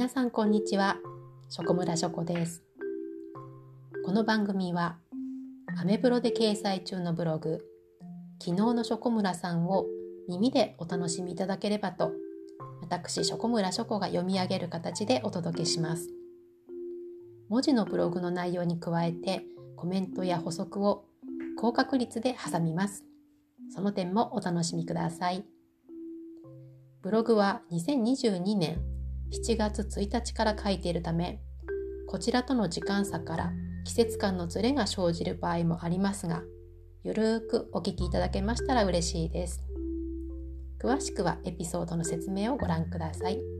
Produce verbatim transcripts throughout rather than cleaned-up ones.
さんこんにちは、しょこむらしょこです。この番組はアメブロで掲載中のブログ昨日のしょこむらさんを耳でお楽しみいただければと、私しょこむらしょこが読み上げる形でお届けします。文字のブログの内容に加えてコメントや補足を高確率で挟みます。その点もお楽しみください。ブログはにせんにじゅうにねんしちがつついたちから書いているため、こちらとの時間差から季節感のずれが生じる場合もありますが、ゆるーくお聞きいただけましたら嬉しいです。詳しくはエピソードの説明をご覧ください。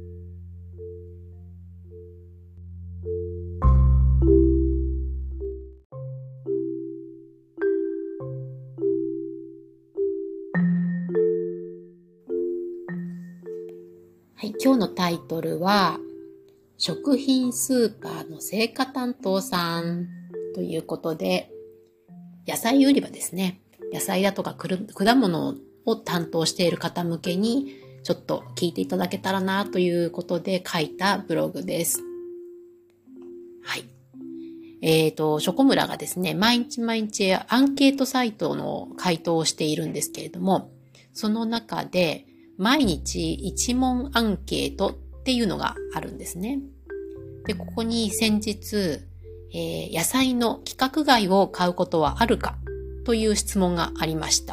はい、今日のタイトルは食品スーパーの青果担当さんということで、野菜売り場ですね。野菜だとか果物を担当している方向けにちょっと聞いていただけたらなということで書いたブログです。はい。えっと、しょこむらがですね、毎日毎日アンケートサイトの回答をしているんですけれども、その中で毎日一問アンケートっていうのがあるんですね。で、ここに先日、えー、野菜の規格外を買うことはあるかという質問がありました。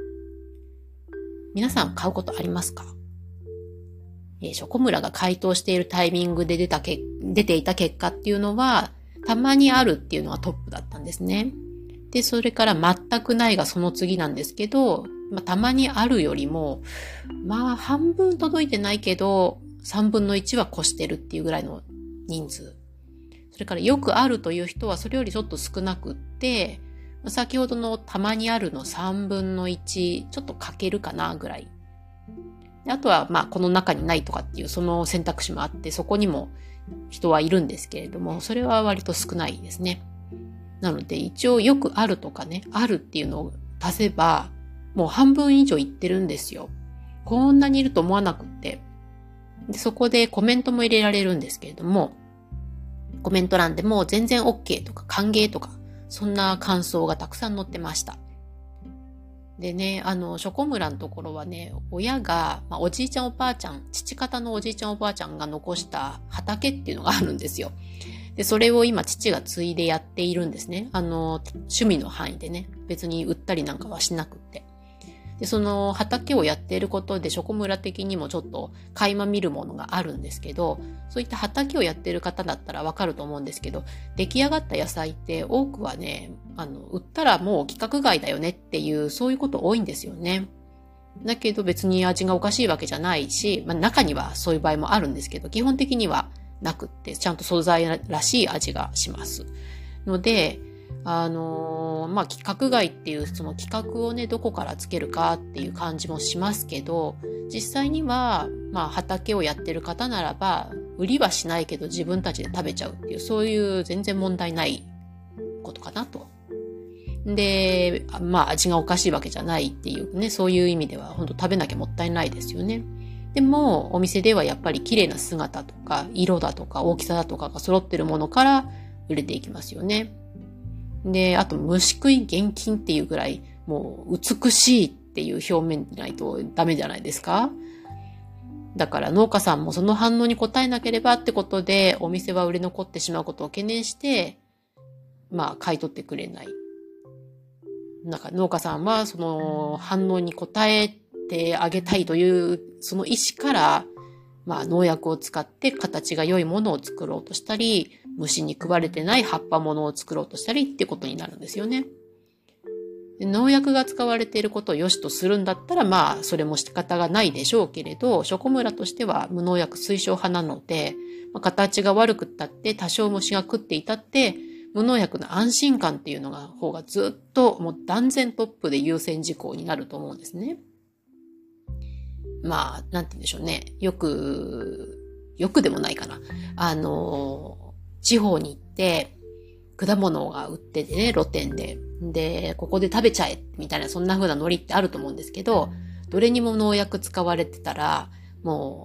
皆さん買うことありますか？えー、しょこむらが回答しているタイミングで出たけ、出ていた結果っていうのは、たまにあるっていうのがトップだったんですね。で、それから全くないがその次なんですけど、まあ、たまにあるよりも、まあ半分届いてないけど、さんぶんのいちは越してるっていうぐらいの人数。それからよくあるという人はそれよりちょっと少なくって、先ほどのたまにあるのさんぶんのいち、ちょっとかけるかなぐらい。あとはまあこの中にないとかっていうその選択肢もあって、そこにも人はいるんですけれども、それは割と少ないですね。なので一応よくあるとかね、あるっていうのを足せば、もう半分以上いってるんですよ。こんなにいると思わなくって。で、そこでコメントも入れられるんですけれども、コメント欄でも全然 OK とか歓迎とか、そんな感想がたくさん載ってました。でね、あの、しょこむらのところはね、親が、まあ、おじいちゃんおばあちゃん、父方のおじいちゃんおばあちゃんが残した畑っていうのがあるんですよ。で、それを今父が継いでやっているんですね。あの、趣味の範囲でね、別に売ったりなんかはしなくって。で、その畑をやっていることで、しょこむら的にもちょっと垣間見るものがあるんですけど、そういった畑をやっている方だったらわかると思うんですけど、出来上がった野菜って多くはね、あの、売ったらもう規格外だよねっていう、そういうこと多いんですよね。だけど別に味がおかしいわけじゃないし、まあ中にはそういう場合もあるんですけど、基本的にはなくって、ちゃんと素材らしい味がします。ので、あのー、まあ、規格外っていうその規格をね、どこからつけるかっていう感じもしますけど、実際には、まあ、畑をやってる方ならば、売りはしないけど自分たちで食べちゃうっていう、そういう全然問題ないことかなと。で、まあ、味がおかしいわけじゃないっていうね、そういう意味では本当食べなきゃもったいないですよね。でも、お店ではやっぱり綺麗な姿とか、色だとか、大きさだとかが揃ってるものから売れていきますよね。で、あと虫食い厳禁っていうぐらい、もう美しいっていう表面でないとダメじゃないですか。だから農家さんもその反応に応えなければってことで、お店は売れ残ってしまうことを懸念して、まあ買い取ってくれない。なんか農家さんはその反応に応えてあげたいというその意思から、まあ農薬を使って形が良いものを作ろうとしたり、虫に食われてない葉っぱものを作ろうとしたりってことになるんですよね。で、農薬が使われていることを良しとするんだったら、まあそれも仕方がないでしょうけれど、しょこむらとしては無農薬推奨派なので、まあ、形が悪くったって多少虫が食っていたって、無農薬の安心感っていうのが方がずっともう断然トップで優先事項になると思うんですね。まあ、なんて言うんでしょうね。よく、よくでもないかな。あの、地方に行って、果物が売っててね、露店で。で、ここで食べちゃえ、みたいな、そんな風なノリってあると思うんですけど、どれにも農薬使われてたら、もう、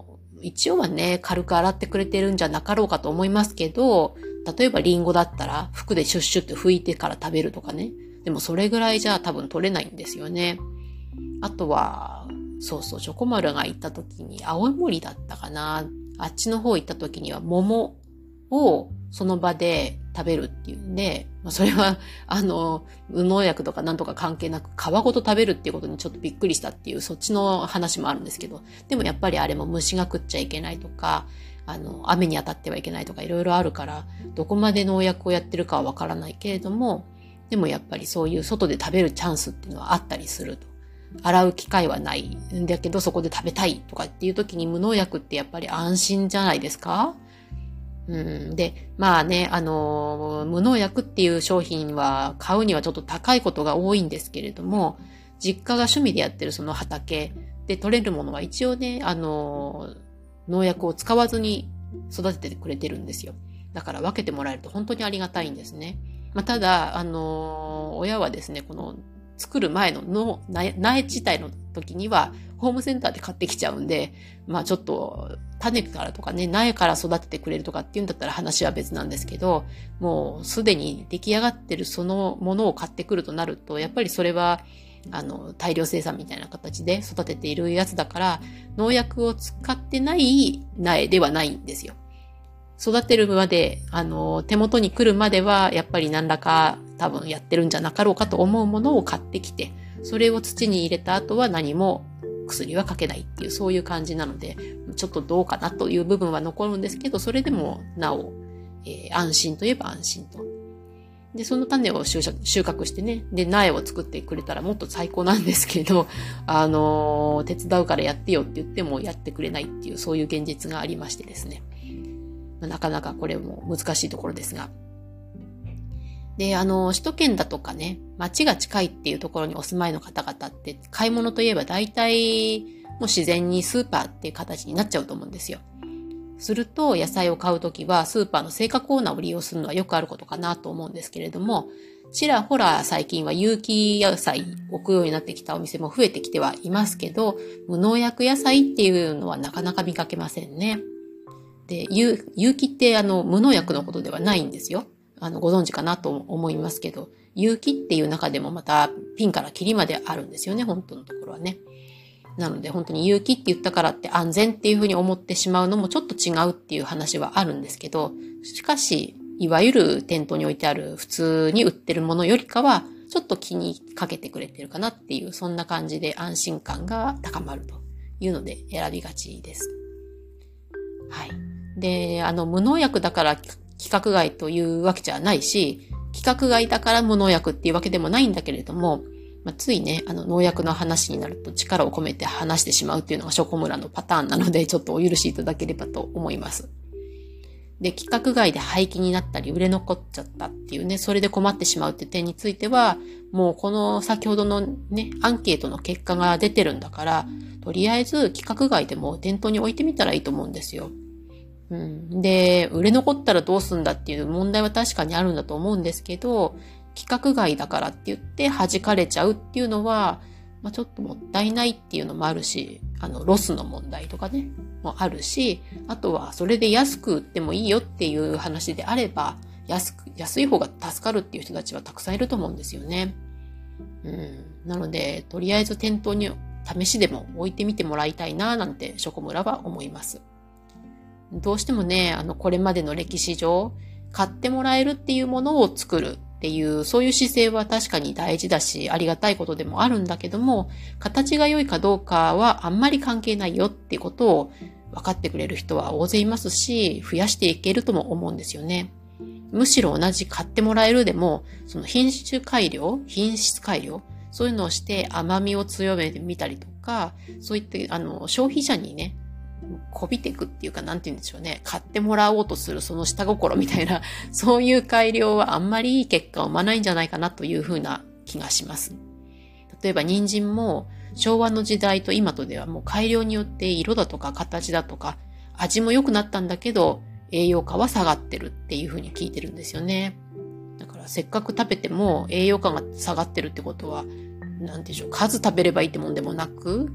一応はね、軽く洗ってくれてるんじゃなかろうかと思いますけど、例えばリンゴだったら服でシュッシュッと拭いてから食べるとかね。でもそれぐらいじゃ多分取れないんですよね。あとは、そうそう、チョコマルが行った時に、青森だったかな。あっちの方行った時には桃をその場で食べるっていうんで、まあ、それは、あの、無農薬とかなんとか関係なく皮ごと食べるっていうことにちょっとびっくりしたっていう、そっちの話もあるんですけど、でもやっぱりあれも虫が食っちゃいけないとか、あの、雨に当たってはいけないとかいろいろあるから、どこまで農薬をやってるかはわからないけれども、でもやっぱりそういう外で食べるチャンスっていうのはあったりすると。洗う機会はないんだけどそこで食べたいとかっていう時に無農薬ってやっぱり安心じゃないですか？うん、で、まあね、あの、無農薬っていう商品は買うにはちょっと高いことが多いんですけれども、実家が趣味でやってるその畑で取れるものは一応ね、あの、農薬を使わずに育ててくれてるんですよ。だから分けてもらえると本当にありがたいんですね。まあ、ただ、あの、親はですね、この作る前のの苗自体の時にはホームセンターで買ってきちゃうんで、まあちょっと種からとかね、苗から育ててくれるとかっていうんだったら話は別なんですけど、もうすでに出来上がってるそのものを買ってくるとなると、やっぱりそれはあの大量生産みたいな形で育てているやつだから、農薬を使ってない苗ではないんですよ。育てるまで、あの、手元に来るまでは、やっぱり何らか多分やってるんじゃなかろうかと思うものを買ってきて、それを土に入れた後は何も薬はかけないっていう、そういう感じなので、ちょっとどうかなという部分は残るんですけど、それでもなお、えー、安心といえば安心と。で、その種を収穫してね、で、苗を作ってくれたらもっと最高なんですけど、あのー、手伝うからやってよって言ってもやってくれないっていう、そういう現実がありましてですね。なかなかこれも難しいところですが。で、あの、首都圏だとかね、街が近いっていうところにお住まいの方々って、買い物といえば大体、もう自然にスーパーっていう形になっちゃうと思うんですよ。すると、野菜を買うときは、スーパーの青果コーナーを利用するのはよくあることかなと思うんですけれども、ちらほら最近は有機野菜を置くようになってきたお店も増えてきてはいますけど、無農薬野菜っていうのはなかなか見かけませんね。で、有、有機ってあの、無農薬のことではないんですよ。あの、ご存知かなと思いますけど、有機っていう中でもまたピンからキリまであるんですよね、本当のところはね。なので本当に有機って言ったからって安全っていうふうに思ってしまうのもちょっと違うっていう話はあるんですけど、しかし、いわゆる店頭に置いてある普通に売ってるものよりかは、ちょっと気にかけてくれてるかなっていう、そんな感じで安心感が高まるというので選びがちです。はい。で、あの、無農薬だから規格外というわけじゃないし、規格外だから無農薬っていうわけでもないんだけれども、まあ、ついね、あの、農薬の話になると力を込めて話してしまうっていうのがショコムラのパターンなので、ちょっとお許しいただければと思います。で、規格外で廃棄になったり売れ残っちゃったっていうね、それで困ってしまうって点については、もうこの先ほどのね、アンケートの結果が出てるんだから、とりあえず規格外でも店頭に置いてみたらいいと思うんですよ。うん、で、売れ残ったらどうすんだっていう問題は確かにあるんだと思うんですけど、規格外だからって言って弾かれちゃうっていうのは、まあ、ちょっともったいないっていうのもあるし、あの、ロスの問題とかね、もあるし、あとはそれで安く売ってもいいよっていう話であれば、安く、安い方が助かるっていう人たちはたくさんいると思うんですよね。うん、なので、とりあえず店頭に試しでも置いてみてもらいたいななんてショコムラは思います。どうしてもね、あの、これまでの歴史上、買ってもらえるっていうものを作るっていう、そういう姿勢は確かに大事だし、ありがたいことでもあるんだけども、形が良いかどうかはあんまり関係ないよっていうことを分かってくれる人は大勢いますし、増やしていけるとも思うんですよね。むしろ同じ買ってもらえるでも、その品種改良、品質改良、そういうのをして甘みを強めてみたりとか、そういってあの消費者にね、こびていくっていうか、なんて言うんでしょうね。買ってもらおうとするその下心みたいな、そういう改良はあんまりいい結果を生まないんじゃないかなというふうな気がします。例えば人参も昭和の時代と今とではもう改良によって色だとか形だとか味も良くなったんだけど栄養価は下がってるっていうふうに聞いてるんですよね。だからせっかく食べても栄養価が下がってるってことは、なんていうんでしょう、数食べればいいってもんでもなく、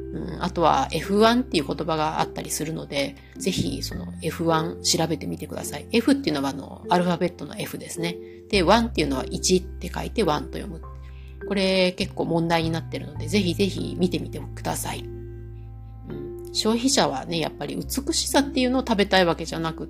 うん、あとは エフワン っていう言葉があったりするので、ぜひその エフワン 調べてみてください。F っていうのはあの、アルファベットの F ですね。で、ワンっていうのはいちって書いてワンと読む。これ結構問題になってるので、ぜひぜひ見てみてください。うん、消費者はね、やっぱり美しさっていうのを食べたいわけじゃなくって、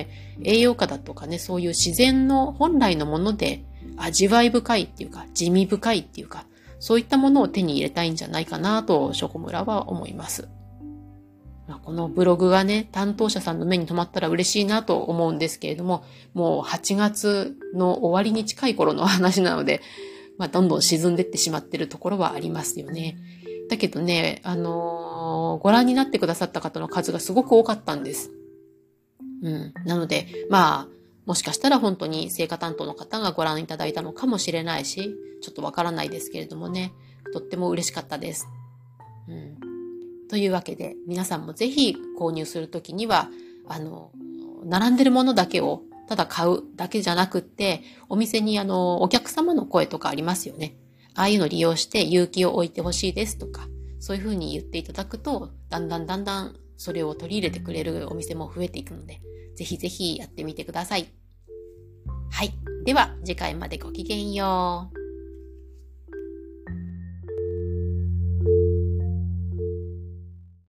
栄養価だとかね、そういう自然の本来のもので味わい深いっていうか、地味深いっていうか、そういったものを手に入れたいんじゃないかなと、ショコムラは思います。まあ、このブログがね、担当者さんの目に留まったら嬉しいなと思うんですけれども、もうはちがつの終わりに近い頃の話なので、まあ、どんどん沈んでってしまってるところはありますよね。だけどね、あのー、ご覧になってくださった方の数がすごく多かったんです。うん。なので、まあ、もしかしたら本当に聖火担当の方がご覧いただいたのかもしれないし、ちょっとわからないですけれどもね、とっても嬉しかったです。うん。というわけで、皆さんもぜひ購入するときには、あの、並んでるものだけをただ買うだけじゃなくって、お店にあの、お客様の声とかありますよね。ああいうのを利用して有機を置いてほしいですとか、そういうふうに言っていただくと、だんだんだんだんそれを取り入れてくれるお店も増えていくので、ぜひぜひやってみてください。はい。では、次回までごきげんよう。